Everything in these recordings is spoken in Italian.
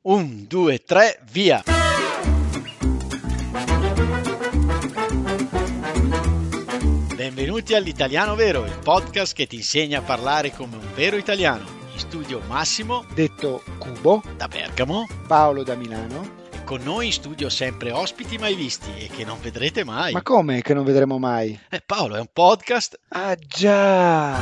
1, 2, 3, via! Benvenuti all'Italiano Vero, il podcast che ti insegna a parlare come un vero italiano. In studio Massimo, detto Cubo, da Bergamo, Paolo da Milano. E con noi in studio sempre ospiti mai visti e che non vedrete mai. Ma come che non vedremo mai? Paolo, è un podcast. Ah già!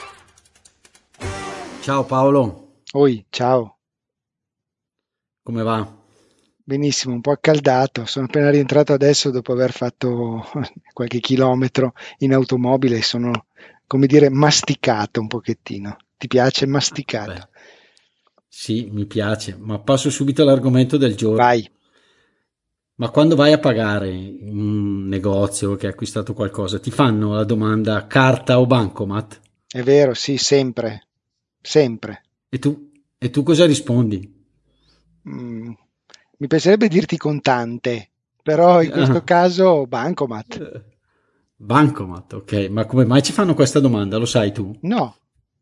Ciao Paolo. Oi, ciao. Come va? Benissimo, un po' accaldato. Sono appena rientrato adesso dopo aver fatto qualche chilometro in automobile e sono, come dire, masticato un pochettino. Ti piace masticato? Beh, sì, mi piace, ma passo subito all'argomento del giorno. Vai. Ma quando vai a pagare in un negozio che hai acquistato qualcosa, ti fanno la domanda carta o bancomat? È vero, sì, sempre. Sempre. E tu cosa rispondi? Mi piacerebbe dirti contante, però in questo caso bancomat. Bancomat, ok, ma come mai ci fanno questa domanda? Lo sai tu? No.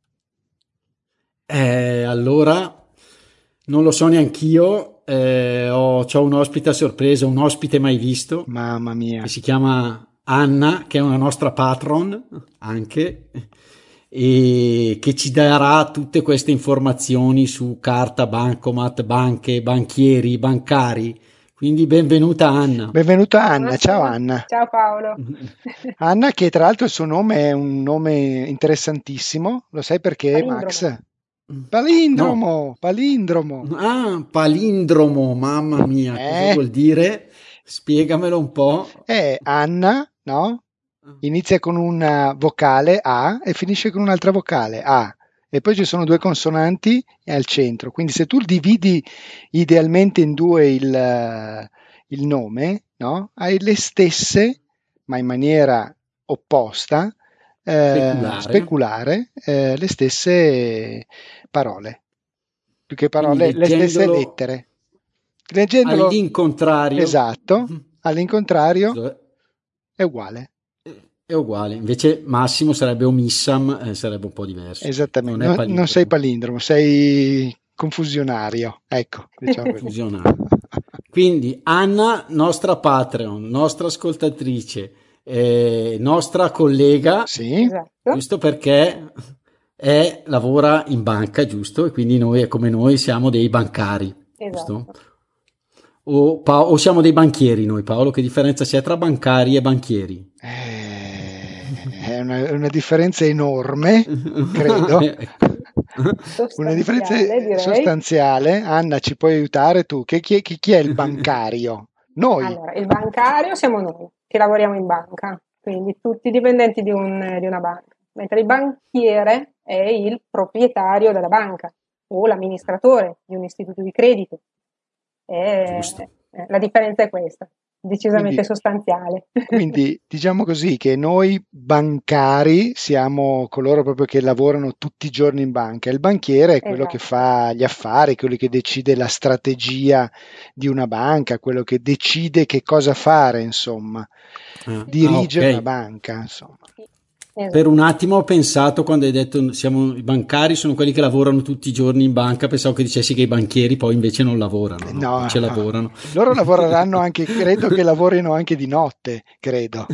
Allora non lo so neanch'io. C'ho un ospite a sorpresa, un ospite mai visto. Mamma mia. Che si chiama Anna, che è una nostra patron anche, e che ci darà tutte queste informazioni su carta, bancomat, banche, banchieri, bancari. Quindi benvenuta Anna. Benvenuta Anna, Buonasera. ciao Anna. Ciao Paolo. Anna, che tra l'altro il suo nome è un nome interessantissimo, lo sai perché, Palindromo. Max? Palindromo, No. palindromo. Ah, palindromo, mamma mia, cosa vuol dire? Spiegamelo un po'. Anna, no? Inizia con una vocale A e finisce con un'altra vocale A. E poi ci sono due consonanti al centro. Quindi se tu dividi idealmente in due il nome, no? Hai le stesse, ma in maniera opposta, speculare, le stesse parole. Più che parole, le stesse lettere. Leggendolo all'incontrario. Esatto, all'incontrario è uguale. È uguale, invece Massimo sarebbe omissam, sarebbe un po' diverso. Esattamente, non sei palindromo, sei confusionario. Ecco, diciamo confusionario. Quindi Anna, nostra Patreon, nostra ascoltatrice, nostra collega, sì, esatto. Giusto perché lavora in banca, giusto? E quindi noi, come noi, siamo dei bancari, Esatto. giusto? O siamo dei banchieri noi, Paolo? Che differenza c'è tra bancari e banchieri? È una differenza enorme, credo. Una differenza direi. sostanziale. Anna, ci puoi aiutare tu? Chi è il bancario? Noi. Allora, il bancario siamo noi, che lavoriamo in banca, quindi tutti dipendenti di una banca, mentre il banchiere è il proprietario della banca o l'amministratore di un istituto di credito. La differenza è questa, decisamente sostanziale. Quindi diciamo così che noi bancari siamo coloro proprio che lavorano tutti i giorni in banca. Il banchiere è quello che fa gli affari, quello che decide la strategia di una banca, quello che decide che cosa fare, insomma, dirige una banca, insomma. Per un attimo ho pensato, quando hai detto i bancari sono quelli che lavorano tutti i giorni in banca, pensavo che dicessi che i banchieri poi invece non lavorano, non ce lavorano. Loro lavoreranno anche, credo che lavorino anche di notte, credo.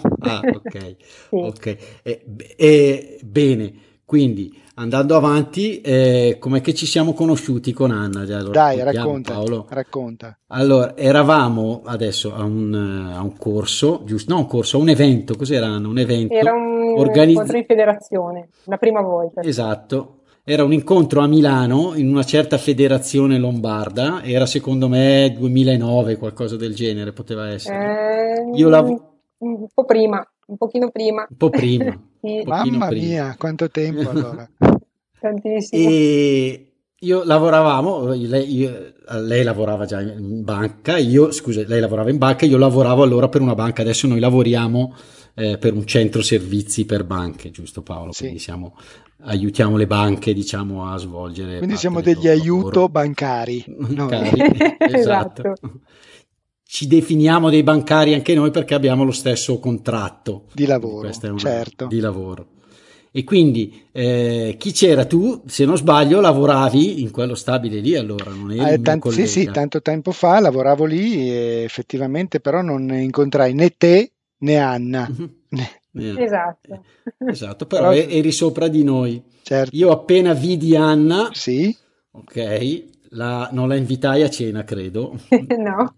Ok. Bene, quindi andando avanti, com'è che ci siamo conosciuti con Anna? Allora, dai, racconta. Allora, eravamo adesso a un corso, giusto? No, a un evento, cos'era Anna? Un evento. Era un incontro in federazione, la prima volta. Esatto. Era un incontro a Milano in una certa federazione lombarda, era secondo me 2009, qualcosa del genere poteva essere. Un po' prima, un pochino prima. Un po' prima. Sì. Mamma mia, quanto tempo allora. Tantissimo. E io lavoravamo, lei lavorava già in banca, lei lavorava in banca, io lavoravo allora per una banca, adesso noi lavoriamo per un centro servizi per banche, giusto Paolo? Sì. Quindi aiutiamo le banche, diciamo, a svolgere. Quindi siamo degli aiuto bancari. Esatto. Ci definiamo dei bancari anche noi perché abbiamo lo stesso contratto di lavoro, questa è certo. Di lavoro. E quindi chi c'era? Tu, se non sbaglio, lavoravi in quello stabile lì, allora non eri un mio collega. Sì, tanto tempo fa lavoravo lì e effettivamente però non incontrai né te né Anna. Esatto. Esatto, però eri sopra di noi. Certo. Io appena vidi Anna, sì. Ok, non la invitai a cena, credo. No.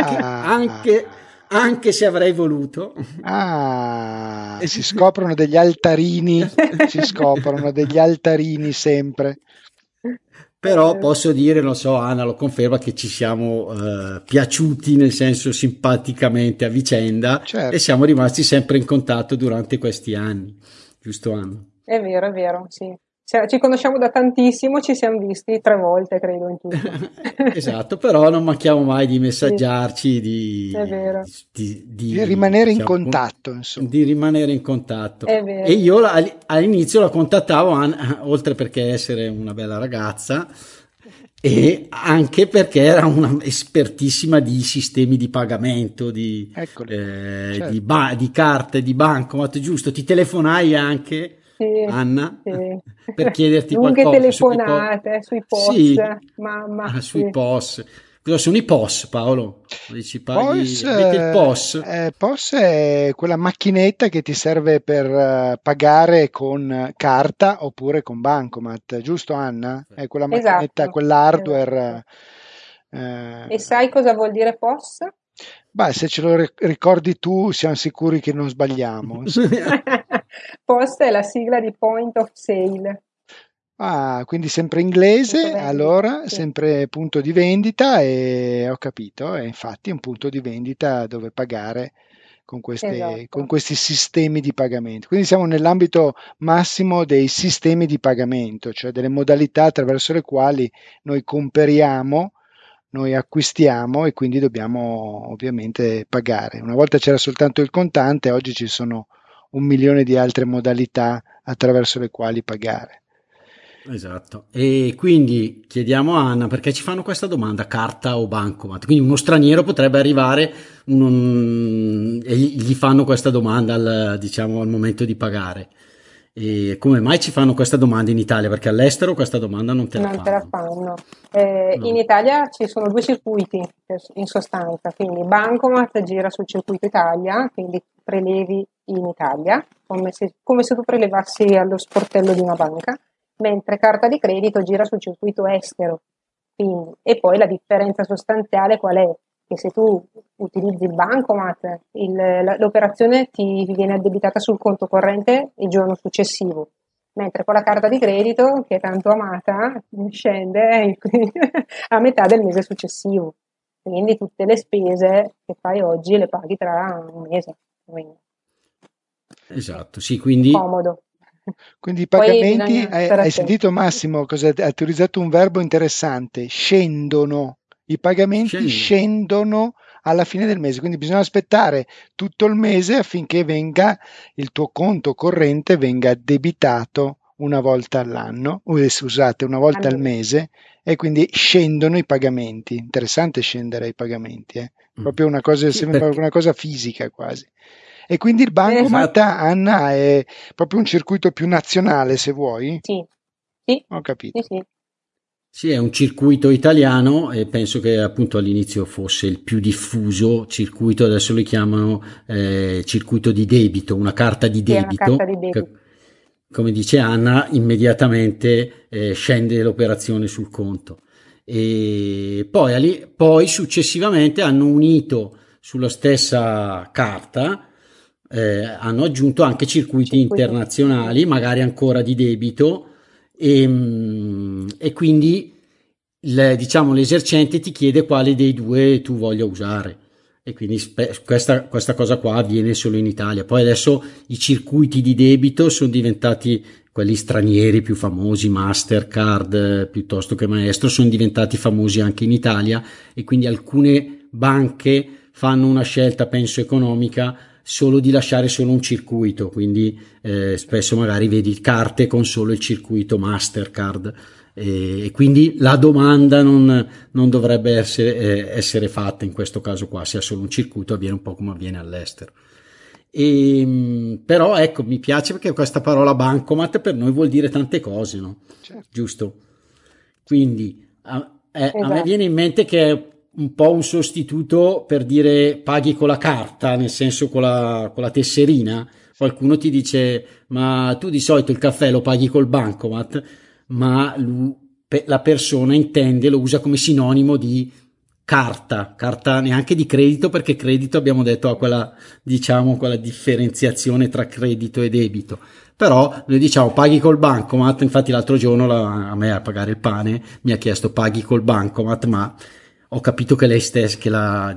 Anche se avrei voluto. Si scoprono degli altarini, sempre. Però posso dire, non so, Anna lo conferma, che ci siamo piaciuti, nel senso simpaticamente a vicenda, certo. E siamo rimasti sempre in contatto durante questi anni, giusto Anna? È vero, sì. Ci conosciamo da tantissimo, ci siamo visti 3 volte, credo, in tutto. Esatto, però non manchiamo mai di messaggiarci, di rimanere in contatto, insomma. Di rimanere in contatto. È vero. E io all'inizio la contattavo, oltre perché essere una bella ragazza, e anche perché era una espertissima di sistemi di pagamento, di carte, di bancomat, giusto? Ti telefonai anche, sì, Anna, sì. per chiederti lunghe qualcosa. telefonate sui POS, sì, mamma. Sui POS. Cosa sono i POS, Paolo? Dici, POS, avete il POS? POS è quella macchinetta che ti serve per pagare con carta oppure con bancomat, giusto Anna? È quella macchinetta, quell'hardware. E sai cosa vuol dire POS? Beh, se ce lo ricordi tu, siamo sicuri che non sbagliamo. POS è la sigla di Point of Sale. Quindi sempre inglese, allora, sì. Sempre punto di vendita, e ho capito, è infatti un punto di vendita dove pagare con questi sistemi di pagamento. Quindi siamo nell'ambito massimo dei sistemi di pagamento, cioè delle modalità attraverso le quali noi comperiamo, noi acquistiamo e quindi dobbiamo ovviamente pagare. Una volta c'era soltanto il contante, oggi ci sono 1 milione di altre modalità attraverso le quali pagare. Esatto, e quindi chiediamo a Anna, perché ci fanno questa domanda, carta o bancomat? Quindi uno straniero potrebbe arrivare e gli fanno questa domanda al momento di pagare. E come mai ci fanno questa domanda in Italia? Perché all'estero questa domanda non te la fanno. No. In Italia ci sono 2 circuiti in sostanza, quindi bancomat gira sul circuito Italia, quindi prelevi in Italia, come se tu prelevassi allo sportello di una banca, mentre carta di credito gira sul circuito estero. Quindi, e poi la differenza sostanziale qual è? Che se tu utilizzi il bancomat, l'operazione ti viene addebitata sul conto corrente il giorno successivo, mentre con la carta di credito, che è tanto amata, scende a metà del mese successivo. Quindi tutte le spese che fai oggi le paghi tra un mese. Quindi. Esatto, sì, quindi... Comodo. Quindi i pagamenti, hai sentito Massimo, ha utilizzato un verbo interessante, scendono. I pagamenti scendono alla fine del mese, quindi bisogna aspettare tutto il mese affinché il tuo conto corrente venga debitato una volta all'anno, una volta al mese, e quindi scendono i pagamenti. Interessante scendere i pagamenti, proprio una cosa, sembra una cosa fisica quasi. E quindi il bancomat, Anna, è proprio un circuito più nazionale, se vuoi? Sì. Ho capito. Sì. Sì, è un circuito italiano e penso che appunto all'inizio fosse il più diffuso circuito, adesso lo chiamano circuito di debito, una carta di debito. Che, come dice Anna, immediatamente scende l'operazione sul conto. E poi successivamente hanno unito sulla stessa carta, hanno aggiunto anche circuiti internazionali, magari ancora di debito. E quindi l'esercente ti chiede quale dei due tu voglia usare, e quindi questa cosa qua avviene solo in Italia. Poi adesso i circuiti di debito sono diventati quelli stranieri più famosi, Mastercard piuttosto che Maestro, sono diventati famosi anche in Italia, e quindi alcune banche fanno una scelta, penso economica, solo di lasciare solo un circuito, quindi spesso magari vedi carte con solo il circuito Mastercard, e quindi la domanda non dovrebbe essere fatta in questo caso qua, se ha solo un circuito avviene un po' come avviene all'estero. Però ecco, mi piace perché questa parola bancomat per noi vuol dire tante cose, no? Certo. Giusto? Quindi a me Esatto. viene in mente che è un po' un sostituto per dire paghi con la carta, nel senso con la tesserina. Qualcuno ti dice, ma tu di solito il caffè lo paghi col bancomat, ma la persona intende, lo usa come sinonimo di carta neanche di credito, perché credito abbiamo detto ha quella, diciamo, quella differenziazione tra credito e debito. Però noi diciamo paghi col bancomat, infatti l'altro giorno a me a pagare il pane mi ha chiesto paghi col bancomat, ma ho capito che lei stessa, che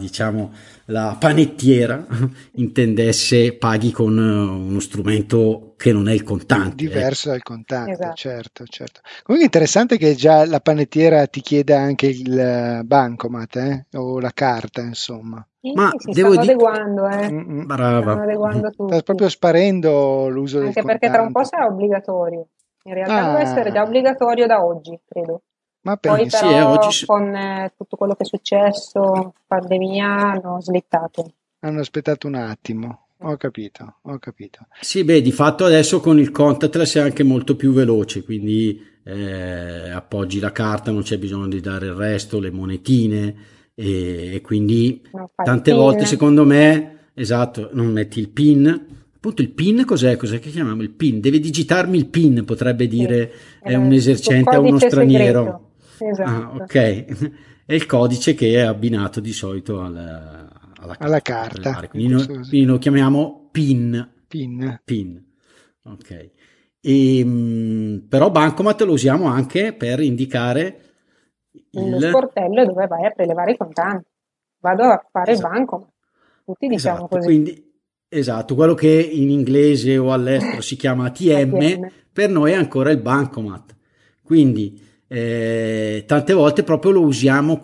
la panettiera intendesse paghi con uno strumento che non è il contante. Diverso dal contante, Esatto. certo. Comunque è interessante che già la panettiera ti chieda anche il bancomat, o la carta, insomma. Sì, Ma si devo stanno dire, adeguando, brava. stanno adeguando Sta tutti. proprio sparendo l'uso del Anche perché tra un po' contante. sarà obbligatorio. In realtà doveva essere già Ah, obbligatorio da oggi, credo. ma Poi pensa, Sì, oggi però con tutto quello che è successo, pandemia, hanno slittato. hanno aspettato un attimo. Ho capito. sì, beh, di fatto adesso con il contactless è anche molto più veloce, quindi appoggi la carta, non c'è bisogno di dare il resto, le monetine, e quindi Non fai il tante volte PIN. secondo me, esatto, non metti il PIN. Appunto il PIN cos'è? Cos'è che chiamiamo il PIN? Deve digitarmi il PIN, potrebbe Sì, dire era un il suo esercente a uno codice segreto. straniero. Ah, Esatto. ok. È il codice che è abbinato di solito alla Alla carta per carta, prelevare. in Quindi questo quindi lo chiamiamo PIN. PIN. PIN. Ok. Però bancomat lo usiamo anche per indicare Lo il... sportello dove vai a prelevare i contanti. Vado a fare il Esatto. bancomat. Tutti diciamo Esatto, così. quindi esatto, quello che in inglese o all'estero si chiama ATM, ATM. per noi è ancora il bancomat. Quindi tante volte proprio lo usiamo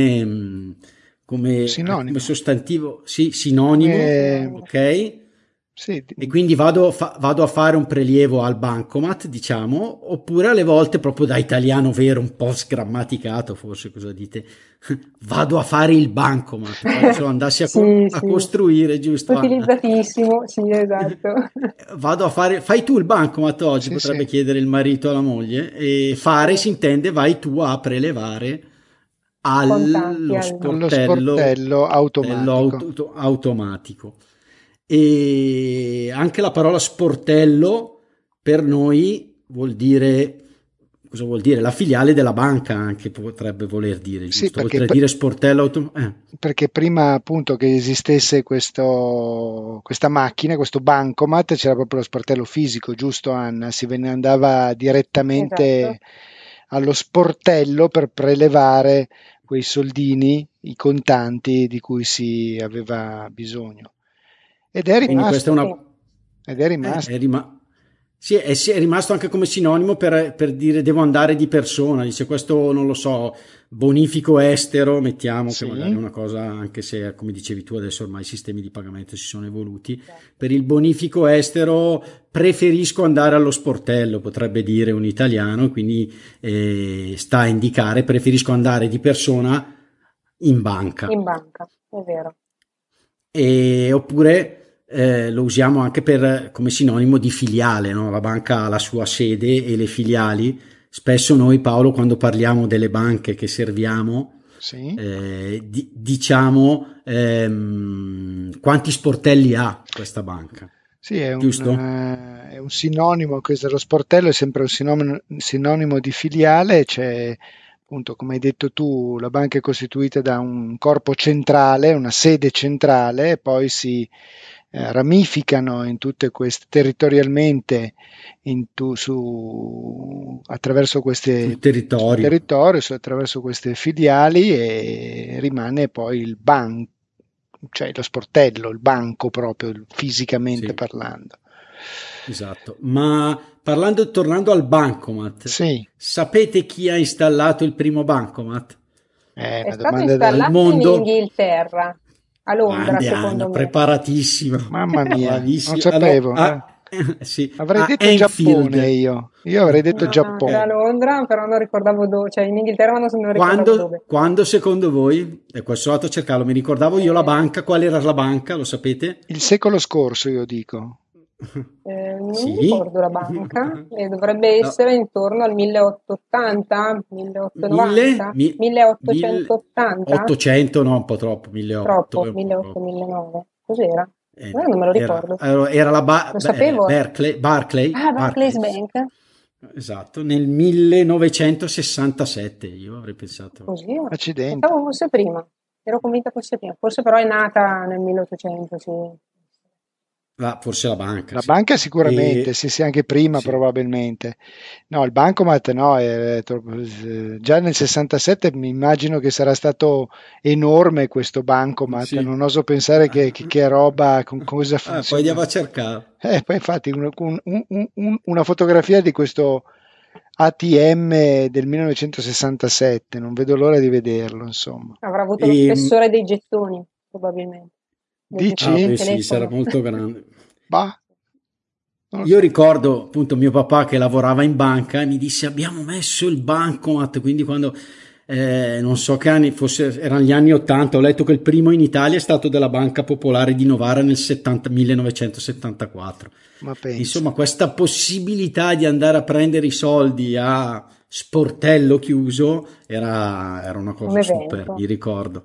come Sinonimo. sostantivo, sì, sinonimo, Come, Sinonimo. ok? sì, E quindi vado a fare un prelievo al bancomat, diciamo, oppure alle volte proprio da italiano vero, un po' sgrammaticato, forse cosa dite? Vado a fare il bancomat, quasi se lo andassi Sì, a sì. costruire, giusto Anna? Utilizzatissimo, sì, esatto. Vado a fare, fai tu il bancomat oggi, sì, potrebbe sì. chiedere il marito alla moglie, e fare si intende vai tu a prelevare Contanti allo Allo sportello, sportello automatico. automatico. E anche la parola sportello per noi vuol dire, cosa vuol dire? La filiale della banca anche potrebbe voler dire, Sì, giusto? Oltre a dire sportello automatico. perché prima appunto che esistesse questa macchina, questo bancomat, c'era proprio lo sportello fisico, giusto Anna? Andava Esatto. direttamente allo sportello per prelevare quei soldini, i contanti di cui si aveva bisogno. Ed è Quindi questa è rimasto, una... Sì. ed è rimasto. È, sì, è rimasto anche come sinonimo per dire devo andare di persona. Dice questo, non lo so, bonifico estero, mettiamo che magari è Sì, una cosa, anche se come dicevi tu adesso ormai i sistemi di pagamento si sono evoluti. Esatto. Per il bonifico estero preferisco andare allo sportello, potrebbe dire un italiano, quindi sta a indicare preferisco andare di persona in banca. In banca, è vero. Oppure lo usiamo anche come sinonimo di filiale, no? La banca ha la sua sede e le filiali. Spesso noi, Paolo, quando parliamo delle banche che serviamo, sì. diciamo quanti sportelli ha questa banca, Sì, giusto? è un sinonimo, questo, lo sportello è sempre un sinonimo di filiale, c'è appunto, come hai detto tu, la banca è costituita da un corpo centrale, una sede centrale, e poi si ramificano in tutte queste, territorialmente attraverso Sul sul territorio. territorio, attraverso queste filiali e rimane poi il banco, cioè lo sportello, il banco proprio, fisicamente Sì, parlando. esatto. Ma tornando al bancomat, Sì, sapete chi ha installato il primo bancomat è È una stato domanda al installato in mondo? Inghilterra, a Londra, Grande Anna, secondo me. preparatissima, Mamma mia, non bravissima. sapevo. Allora, sì, Avrei a detto Enfield. Giappone io avrei detto No, Giappone. era a Londra, però non ricordavo dove, cioè in Inghilterra ma non ricordavo dove. Quando secondo voi, e qua sono andato a cercarlo, mi ricordavo io la banca, qual era la banca, lo sapete? Il secolo scorso, io dico. Non mi Sì. ricordo la banca, e dovrebbe No. essere intorno al 1880, 1890, 1880, 800 no, un po' troppo, troppo, 1800 è un po' 1800, troppo. 1900, cos'era? No. Non me lo ricordo. Era la Lo sapevo. Barclays Barclays, Bank, esatto, nel 1967 io avrei pensato. così. Accidenti. Pensavo fosse prima, ero convinta fosse prima, forse però è nata nel 1800, sì. Forse la banca, La sì. banca sicuramente, sì, anche prima Sì. probabilmente. No, il bancomat no, già nel 67 mi immagino che sarà stato enorme questo bancomat, Sì. non oso pensare che roba, con cosa Poi funziona. andiamo a cercare. Poi infatti una fotografia di questo ATM del 1967, non vedo l'ora di vederlo, insomma. Avrà avuto lo spessore dei gettoni, probabilmente. Dei gettoni Dici? del Sì, sarà telefono. molto grande. Bah, non lo Io so. ricordo appunto mio papà che lavorava in banca e mi disse abbiamo messo il bancomat, quindi quando non so che anni, forse erano gli anni 80, ho letto che il primo in Italia è stato della Banca Popolare di Novara nel 1974. Ma pensa. Insomma, questa possibilità di andare a prendere i soldi a sportello chiuso era una cosa Un super, evento. mi ricordo.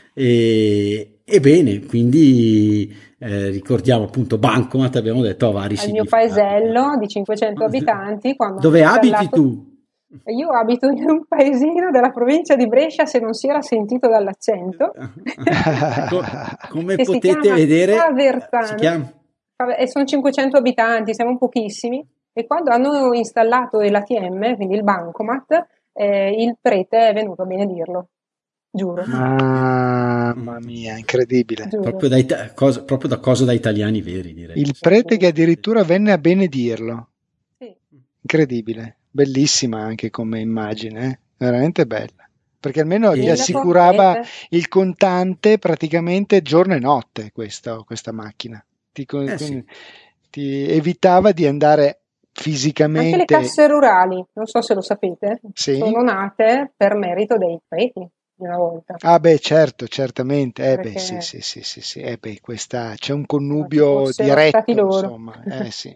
E bene, quindi ricordiamo appunto Bancomat, abbiamo detto, ha vari Al mio significati. paesello di 500 abitanti, quando hanno Dove abiti installato... tu? Io abito in un paesino della provincia di Brescia, se non si era sentito dall'accento, Come che si potete chiama vedere, si Avertano. chiama... E sono 500 abitanti, siamo pochissimi, e quando hanno installato l'ATM, quindi il bancomat, il prete è venuto a benedirlo, giuro. Mamma mia, incredibile. Giuro. Proprio da cosa da italiani veri, direi. Il prete che addirittura venne a benedirlo. Sì. Incredibile, bellissima anche come immagine, veramente bella. Perché almeno ti E- assicurava prete. il contante praticamente giorno e notte questa macchina. sì. Ti evitava di andare Anche le fisicamente. casse rurali, non so se lo sapete, Sì? sono nate per merito dei preti di una volta. Ah beh, certo, certamente. Beh, Perché sì. Beh, c'è un ci connubio fossero stati diretto, loro. insomma. Sì.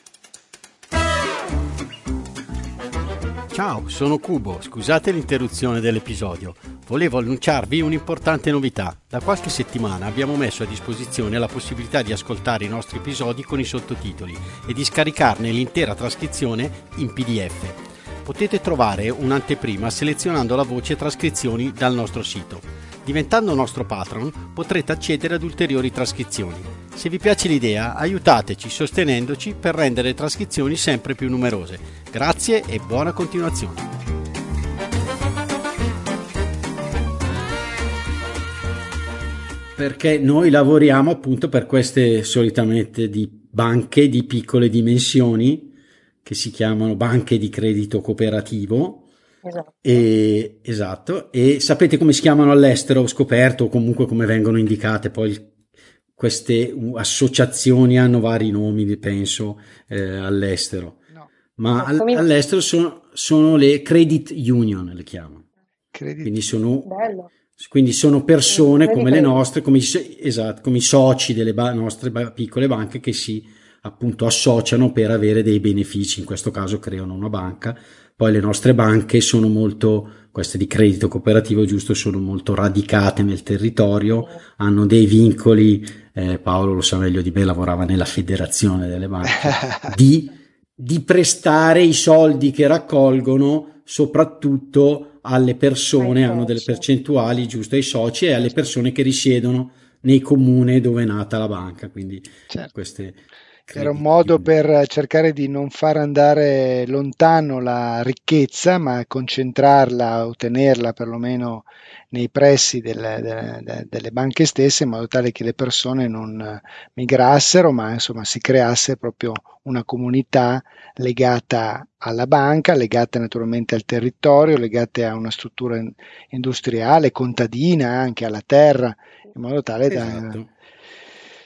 Ciao, sono Cubo, scusate l'interruzione dell'episodio. Volevo annunciarvi un'importante novità. Da qualche settimana abbiamo messo a disposizione la possibilità di ascoltare i nostri episodi con i sottotitoli e di scaricarne l'intera trascrizione in PDF. Potete trovare un'anteprima selezionando la voce trascrizioni dal nostro sito. Diventando nostro patron potrete accedere ad ulteriori trascrizioni. Se vi piace l'idea, aiutateci sostenendoci per rendere le trascrizioni sempre più numerose. Grazie e buona continuazione. Perché noi lavoriamo appunto per queste solitamente di banche di piccole dimensioni che si chiamano banche di credito cooperativo. Esatto. E sapete come si chiamano all'estero? Ho scoperto, o comunque come vengono indicate poi queste associazioni hanno vari nomi, penso, all'estero. No. Ma all'estero sono le credit union, le chiamano. Bello. Quindi sono persone Vedi come le credo. nostre, come i soci delle nostre piccole banche che si appunto associano per avere dei benefici, in questo caso creano una banca. Poi le nostre banche sono molto, queste di credito cooperativo giusto, sono molto radicate nel territorio, hanno dei vincoli, Paolo lo sa meglio di me, lavorava nella federazione delle banche, di prestare i soldi che raccolgono soprattutto alle persone, hanno delle percentuali giusto ai soci e alle persone che risiedono nei comuni dove è nata la banca, quindi queste era un modo per cercare di non far andare lontano la ricchezza, ma concentrarla, ottenerla perlomeno nei pressi delle banche stesse, in modo tale che le persone non migrassero, ma insomma si creasse proprio una comunità legata alla banca, legata naturalmente al territorio, legata a una struttura industriale, contadina, anche alla terra, in modo tale da...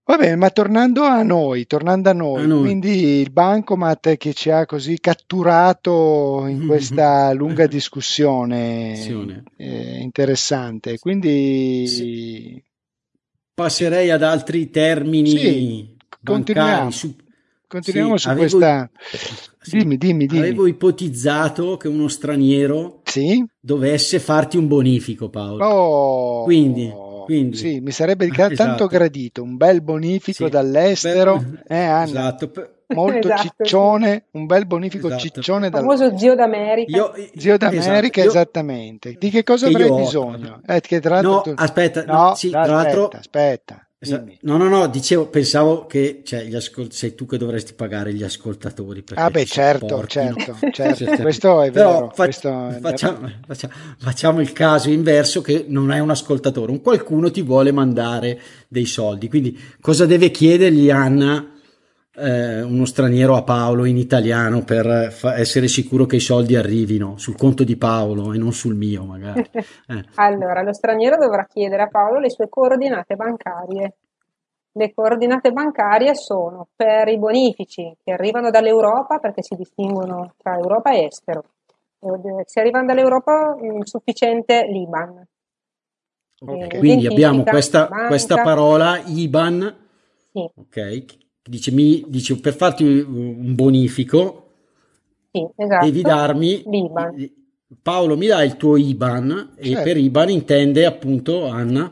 Vabbè, ma tornando a noi, A noi. quindi il bancomat che ci ha così catturato in questa lunga discussione Attenzione. interessante, Sì. quindi Passerei ad altri sì, termini bancari. continuiamo, continuiamo Sì, su questa. sì, Dimmi. avevo ipotizzato che uno straniero Sì? dovesse farti un bonifico, Paolo. Quindi, Sì, mi sarebbe tanto esatto, gradito un bel bonifico sì, dall'estero, Anna? esatto, Molto Esatto, sì. ciccione, un bel bonifico esatto. Il ciccione famoso dall'estero. zio d'America. Zio Esatto, d'America, esattamente. Di che cosa che avrei io ho, bisogno? Che tra l'altro no, aspetta, no, No, sì, no, tra l'altro, aspetta, dimmi. no, dicevo, pensavo che, cioè, sei tu che dovresti pagare gli ascoltatori Ah perché beh, ti certo, sopportino. certo, certo, questo è Però vero, questo è vero. facciamo il caso inverso che non è un ascoltatore, un qualcuno ti vuole mandare dei soldi. Quindi cosa deve chiedergli Anna, uno straniero a Paolo in italiano per essere sicuro che i soldi arrivino sul conto di Paolo e non sul mio, magari. Eh. Allora, lo straniero dovrà chiedere a Paolo le sue coordinate bancarie. Le coordinate bancarie sono per i bonifici che arrivano dall'Europa, perché si distinguono tra Europa e estero. Se arrivano dall'Europa, sufficiente l'IBAN. Ok, Quindi abbiamo Identifica la questa banca. parola IBAN, Sì, ok? Che dice per farti un bonifico sì, devi esatto, darmi, l'IBAN. Paolo mi dà il tuo IBAN e per certo. IBAN intende appunto Anna.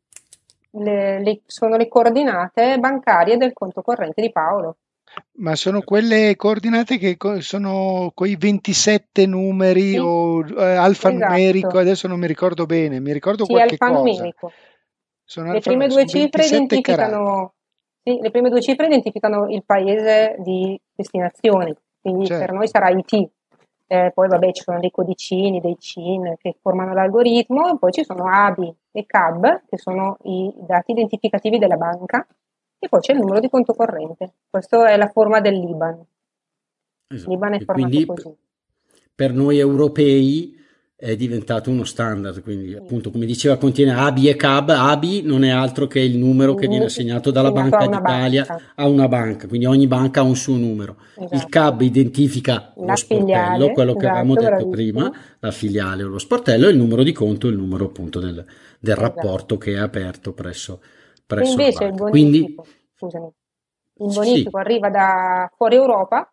Sono le coordinate bancarie del conto corrente di Paolo. Ma sono quelle coordinate che sono quei 27 numeri Sì, o alfanumerico, esatto. adesso non mi ricordo bene, mi ricordo Sì, qualche cosa. alfanumerico. Sono 27 caratteri. Sì, le prime due cifre identificano il paese di destinazione, quindi per noi Certo. sarà IT. Poi vabbè ci sono dei codicini, dei CIN che formano l'algoritmo, e poi ci sono ABI e CAB che sono i dati identificativi della banca e poi c'è il numero di conto corrente. Questa è la forma dell'IBAN. Esatto. L'IBAN è E formato quindi così. per noi europei è diventato uno standard, quindi Sì. appunto come diceva contiene ABI e CAB, ABI non è altro che il numero che viene assegnato dalla Assegnato a Banca una d'Italia banca, a una banca, quindi ogni banca ha un suo numero. Il CAB esatto. identifica lo La sportello, filiale, quello che avevamo esatto, detto prima, bravissimo, la filiale o lo sportello, e il numero di conto, il numero appunto del rapporto esatto. che è aperto Se presso la invece il banca. Quindi bonifico, scusami, il bonifico sì, arriva da fuori Europa,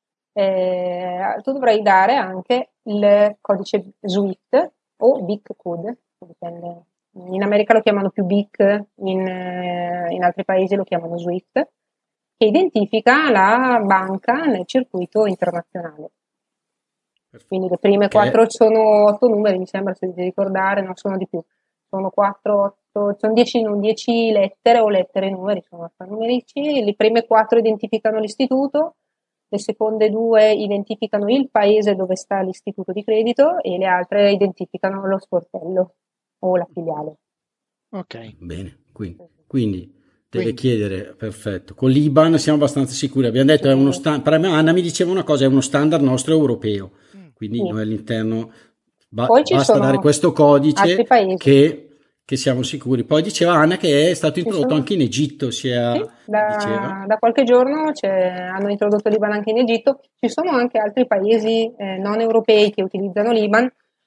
tu dovrai dare anche il codice SWIFT o BIC code, dipende. In America lo chiamano più BIC, in altri paesi lo chiamano SWIFT, che identifica la banca nel circuito internazionale. Quindi le prime che è 4 sono 8 numeri, mi sembra, se di ricordare, non sono di più. Sono 4, 8, sono 10, non 10 lettere o lettere e numeri, sono alfanumerici. Le prime 4 identificano l'istituto, le seconde 2 identificano il paese dove sta l'istituto di credito e le altre identificano lo sportello o la filiale. Ok, bene, quindi deve quindi chiedere, perfetto. Con l'IBAN siamo abbastanza sicuri. Abbiamo detto è uno Sì, standard. Per me, Anna mi diceva una cosa, è uno standard nostro europeo. Quindi sì. noi all'interno Poi ci basta dare sono questo altri codice paesi. che siamo sicuri. Poi diceva Anna che è stato Ci introdotto sono anche in Egitto, Sì, diceva. da qualche giorno hanno introdotto l'IBAN anche in Egitto. Ci sono anche altri paesi non europei che utilizzano l'IBAN,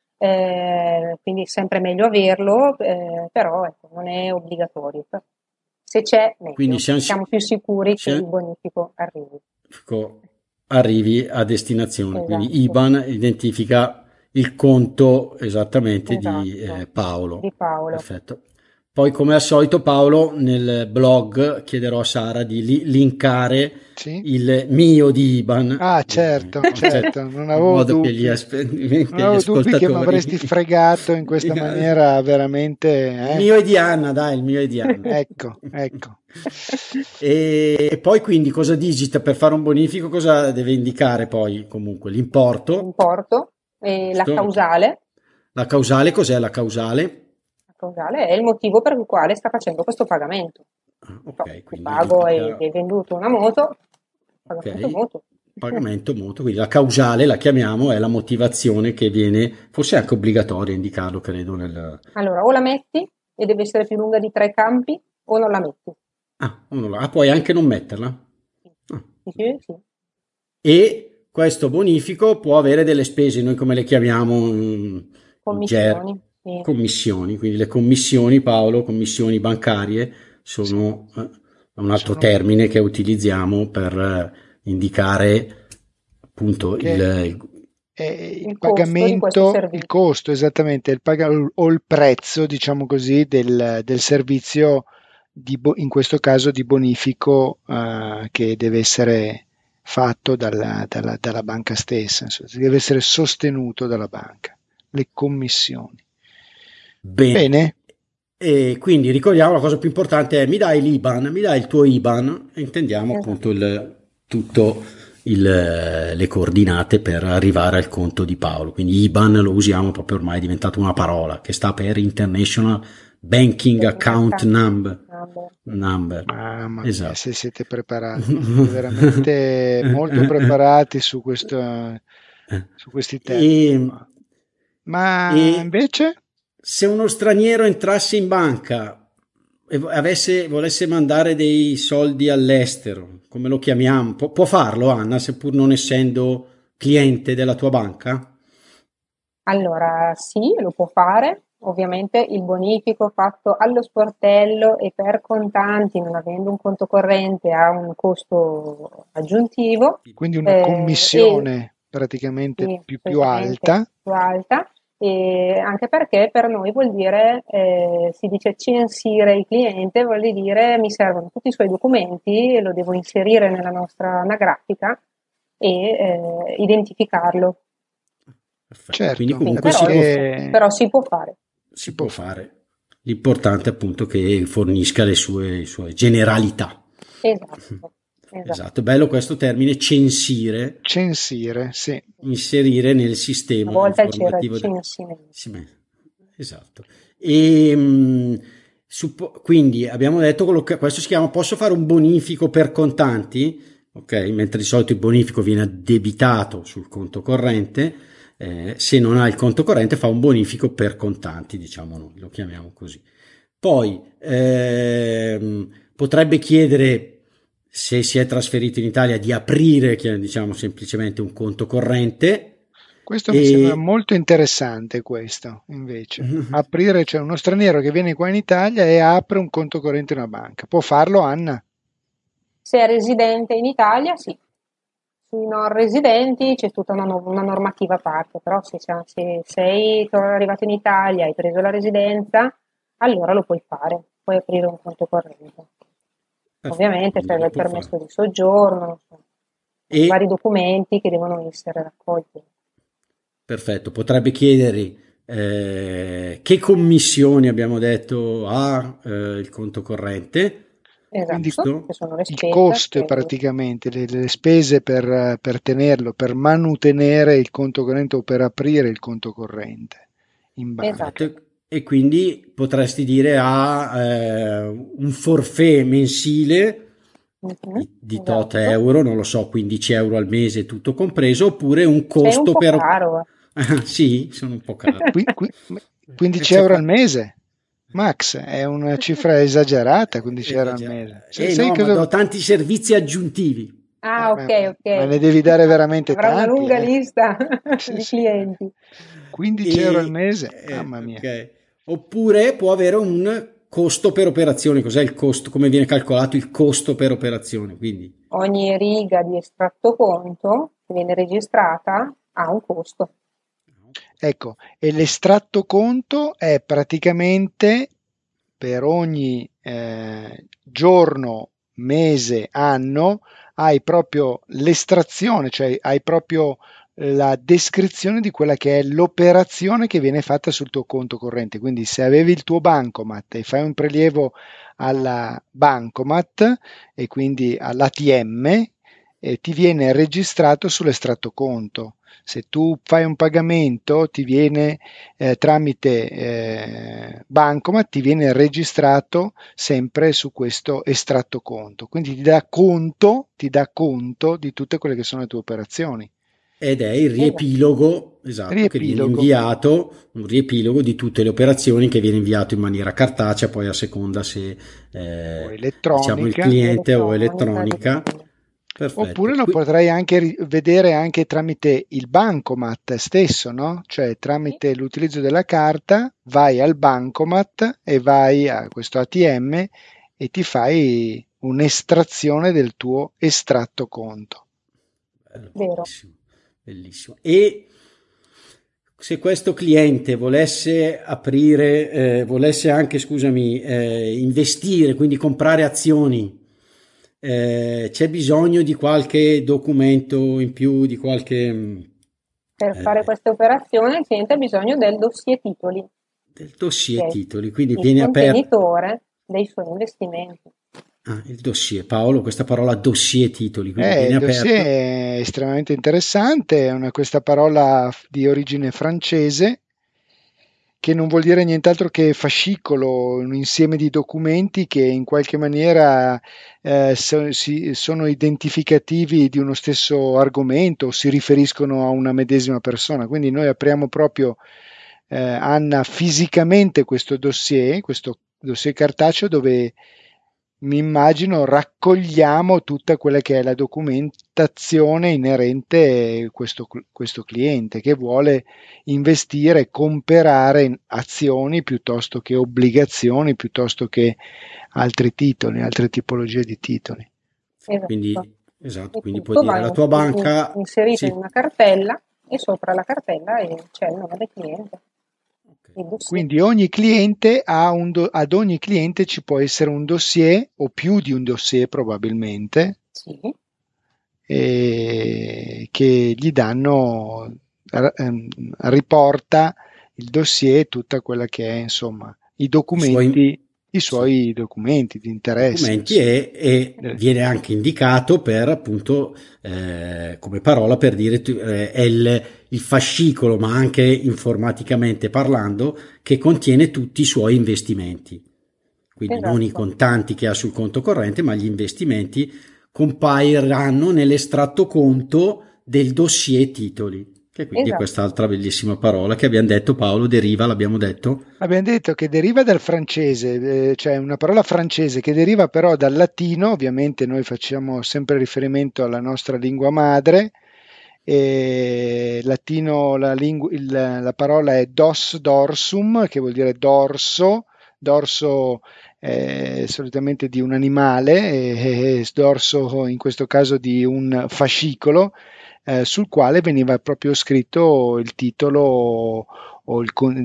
quindi è sempre meglio averlo, però ecco, non è obbligatorio. Se c'è, Quindi meglio. Siamo più sicuri che il siamo- bonifico arrivi. arrivi a destinazione. Quindi Esatto, IBAN identifica il conto esattamente di esatto, Paolo. di Paolo. Perfetto. Poi, come al solito, Paolo, nel blog chiederò a Sara di linkare sì? il mio di IBAN, Ah, certo, ovviamente, cioè, certo, non in avevo modo dubbi. Non che gli avevo dubbi che mi ascoltatori. avresti fregato in questa maniera veramente, Il eh? mio è di Anna, dai, il mio è di Anna. Ecco, ecco. E poi quindi cosa digita per fare un bonifico? Cosa deve indicare poi comunque? L'importo, L'importo e la giusto? causale. La causale, cos'è la causale? La causale è il motivo per il quale sta facendo questo pagamento. Ah, So, ok, ti quindi pago e indica, hai venduto una moto, pagamento ok, mutuo. pagamento mutuo, quindi la causale la chiamiamo, è la motivazione che viene, forse è anche obbligatoria indicarlo, credo, Allora, o la metti e deve essere più lunga di 3 campi, o non la metti. Puoi anche non metterla. Ah. Sì, sì. E questo bonifico può avere delle spese, noi come le chiamiamo Commissioni, sì. commissioni, quindi le commissioni, Paolo, commissioni bancarie, Sì. sono un altro Sono termine che utilizziamo per indicare appunto che il. è il Il costo di questo pagamento, il servizio. costo esattamente, o il prezzo, diciamo così, del servizio in questo caso di bonifico che deve essere fatto dalla banca stessa, insomma, deve essere sostenuto dalla banca, le commissioni. Bene, Bene, e quindi ricordiamo la cosa più importante è mi dai l'IBAN, mi dai il tuo IBAN e intendiamo appunto Esatto. tutto le coordinate per arrivare al conto di Paolo. Quindi IBAN lo usiamo proprio, ormai è diventata una parola che sta per International Banking Banking Account account Number. number. Number. mamma mia, Esatto. se siete veramente molto preparati su questi termini E, qua. Ma e invece? se uno straniero entrasse in banca e volesse mandare dei soldi all'estero, come lo chiamiamo? Può farlo, Anna, seppur non essendo cliente della tua banca? Allora, sì, lo può fare. Ovviamente il bonifico fatto allo sportello e per contanti, non avendo un conto corrente, ha un costo aggiuntivo, Quindi una e commissione praticamente sì, più solitamente alta. più alta, e anche perché per noi vuol dire, si dice censire il cliente, vuol dire mi servono tutti i suoi documenti e lo devo inserire nella nostra anagrafica e identificarlo. Perfetto, quindi Certo, Quindi, comunque si può, però si può fare. si si può può fare. fare. L'importante è appunto che fornisca le sue generalità. Esatto, esatto. Esatto, è bello questo termine censire, Censire, sì. inserire nel Una sistema volta c'era il informativo. censimento. Sì, esatto. E, quindi abbiamo detto questo si chiama posso fare un bonifico per contanti, ok? Mentre di solito il bonifico viene addebitato sul conto corrente, se non ha il conto corrente fa un bonifico per contanti, diciamo noi, lo chiamiamo così. Poi potrebbe chiedere, se si è trasferito in Italia, di aprire, diciamo, semplicemente un conto corrente Questo mi sembra e molto interessante, questo invece. Aprire, cioè uno straniero che viene qua in Italia e apre un conto corrente in una banca. Può farlo, Anna? Se è residente in Italia, sì. Sui non residenti c'è tutta una normativa a parte, però se sei arrivato in Italia e hai preso la residenza, allora lo puoi fare, puoi aprire un conto corrente. perfetto, Ovviamente quindi serve lo il può fare. permesso di soggiorno, vari E documenti che devono essere raccolti. perfetto, potrebbe chiedere che commissioni abbiamo detto ha il conto corrente, Quindi Esatto, che giusto? sono le il spese, costo è praticamente le spese per tenerlo, per manutenere il conto corrente o per aprire il conto corrente in esatto. banca. Perfetto. E quindi potresti dire un forfait mensile Mhm, di tot esatto. euro, non lo so, 15 euro al mese tutto compreso, oppure un Sei un costo po' per. caro, Ah, sì, sono un po' caro. Qui- qui- 15 C'è euro al qua. mese? Max, è una cifra esagerata, 15 euro al Esagerato. mese. Sai No, ma cosa? do tanti servizi aggiuntivi. Ah, ok, Ma ok. ne devi dare veramente Avrà una tanti, lunga eh? lista Sì, di sì. clienti. 15 euro al E, mese? Mamma mia. ok. Oppure può avere un costo per operazione. Cos'è il costo? Come viene calcolato il costo per operazione? Quindi. Ogni riga di estratto conto che viene registrata ha un costo. Ecco, e l'estratto conto è praticamente per ogni giorno, mese, anno, hai proprio l'estrazione, cioè hai proprio la descrizione di quella che è l'operazione che viene fatta sul tuo conto corrente. Quindi se avevi il tuo bancomat e fai un prelievo alla bancomat e quindi all'ATM, ti viene registrato sull'estratto conto. Se tu fai un pagamento, ti viene tramite Bancomat, ti viene registrato sempre su questo estratto conto. Quindi ti dà conto di tutte quelle che sono le tue operazioni. ed è il Esatto. riepilogo, esatto, che viene Riepilogo. inviato, un riepilogo di tutte le operazioni che viene inviato in maniera cartacea, poi a seconda se O diciamo il elettronica. cliente o Elettronica, elettronica. dipende. Perfetto. Oppure lo potrei anche vedere anche tramite il bancomat stesso, no? Cioè Sì, tramite l'utilizzo della carta vai al bancomat e vai a questo ATM e ti fai un'estrazione del tuo estratto conto. Bello, vero. bellissimo, bellissimo. E se questo cliente volesse aprire, volesse anche, scusami, investire, quindi comprare azioni, c'è bisogno di qualche documento in più, di qualche Per fare eh, queste operazioni il cliente ha bisogno del dossier titoli, del che dossier è titoli, quindi il viene aperto. contenitore dei suoi investimenti. Ah, il dossier, Paolo, questa parola dossier titoli, quindi viene Il dossier aperto. è estremamente interessante, questa parola di origine francese che non vuol dire nient'altro che fascicolo, un insieme di documenti che in qualche maniera sono identificativi di uno stesso argomento o si riferiscono a una medesima persona. Quindi noi apriamo proprio, Anna, fisicamente questo dossier cartaceo dove mi immagino raccogliamo tutta quella che è la documentazione inerente a questo cliente che vuole investire, comprare in azioni piuttosto che obbligazioni, piuttosto che altri titoli, altre tipologie di titoli. Esatto. Esatto, E quindi puoi tutto dire va la tua banca, inserito in sì, una cartella e sopra la cartella c'è il nome del cliente, ok. il dossier. Quindi ogni cliente ad ogni cliente ci può essere un dossier o più di un dossier probabilmente Sì, che gli danno, riporta il dossier, tutta quella che è, insomma, I suoi, i sì, suoi documenti di interesse. documenti e Eh, viene anche indicato per appunto come parola per dire è il fascicolo, ma anche informaticamente parlando, che contiene tutti i suoi investimenti. Quindi non i esatto, contanti che ha sul conto corrente, ma gli investimenti compairanno nell'estratto conto del dossier titoli, che quindi è esatto. quest'altra bellissima parola che abbiamo detto, Paolo, deriva, l'abbiamo detto. Abbiamo detto che deriva dal francese, cioè una parola francese che deriva però dal latino, ovviamente noi facciamo sempre riferimento alla nostra lingua madre, e latino la parola è dos dorsum, che vuol dire dorso, dorso solitamente di un animale, e dorso in questo caso di un fascicolo, sul quale veniva proprio scritto il titolo o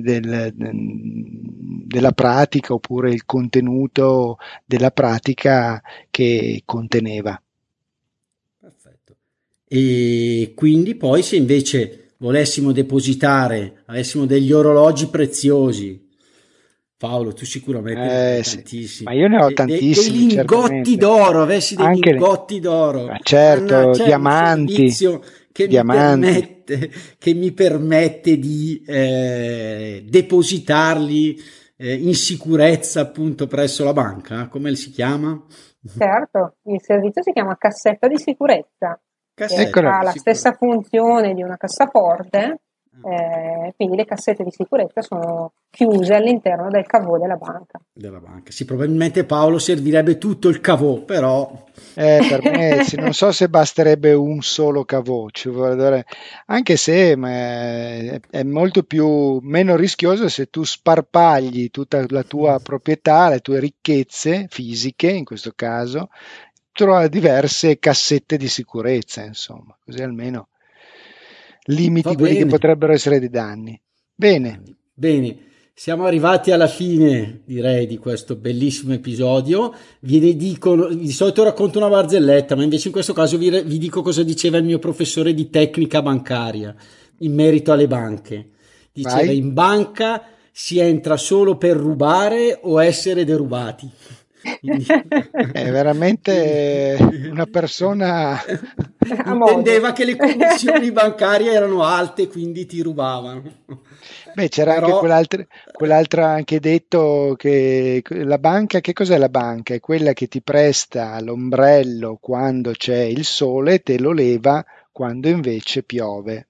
della pratica oppure il contenuto della pratica che conteneva. Perfetto. E quindi poi se invece volessimo depositare, avessimo degli orologi preziosi, Paolo, tu sicuramente ne avrai Sì. tantissimi, Ma io ne ho dei tantissimi, lingotti certamente. d'oro, avessi dei Anche lingotti d'oro. Anna, certo, c'è un diamanti, servizio diamanti. che mi permette di depositarli in sicurezza appunto presso la banca? Come si chiama? Certo, il servizio si chiama cassetta di sicurezza e Cassetta Eccola ha di lì. la stessa sicurezza. funzione di una cassaforte, quindi le cassette di sicurezza sono chiuse all'interno del cavo della banca. Della banca. Sì, probabilmente Paolo servirebbe tutto il cavò, però Per me non so se basterebbe un solo cavò, anche se è molto meno rischioso se tu sparpagli tutta la tua proprietà, le tue ricchezze fisiche, in questo caso, trova diverse cassette di sicurezza, insomma, così almeno va limiti quelli che bene. potrebbero essere dei danni. Bene. Bene, siamo arrivati alla fine, direi, di questo bellissimo episodio. Vi dico, di solito racconto una barzelletta, ma invece in questo caso vi dico cosa diceva il mio professore di tecnica bancaria in merito alle banche. Diceva, Vai. in banca si entra solo per rubare o essere derubati. Quindi, È quindi veramente una persona. A modo. intendeva che le commissioni bancarie erano alte, quindi ti rubavano. Beh, c'era anche Però quell'altra anche detto che la banca, che cos'è la banca? È quella che ti presta l'ombrello quando c'è il sole e te lo leva quando invece piove.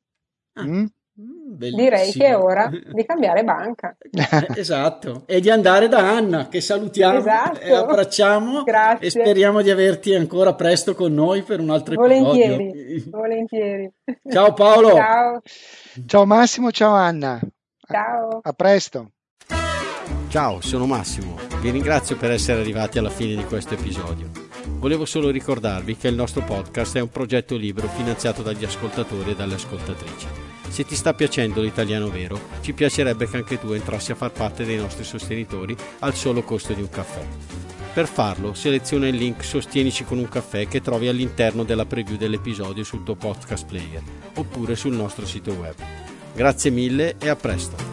Direi che è ora di cambiare banca. Esatto, e di andare da Anna, che salutiamo, Esatto. e abbracciamo. Grazie. E speriamo di averti ancora presto con noi per un altro Volentieri, episodio. volentieri. Ciao Paolo. Ciao. Ciao Massimo, ciao Anna. Ciao. A presto. Ciao, sono Massimo. Vi ringrazio per essere arrivati alla fine di questo episodio. Volevo solo ricordarvi che il nostro podcast è un progetto libero finanziato dagli ascoltatori e dalle ascoltatrici. Se ti sta piacendo l'italiano vero, ci piacerebbe che anche tu entrassi a far parte dei nostri sostenitori al solo costo di un caffè. Per farlo, seleziona il link Sostienici con un caffè che trovi all'interno della preview dell'episodio sul tuo podcast player oppure sul nostro sito web. Grazie mille e a presto!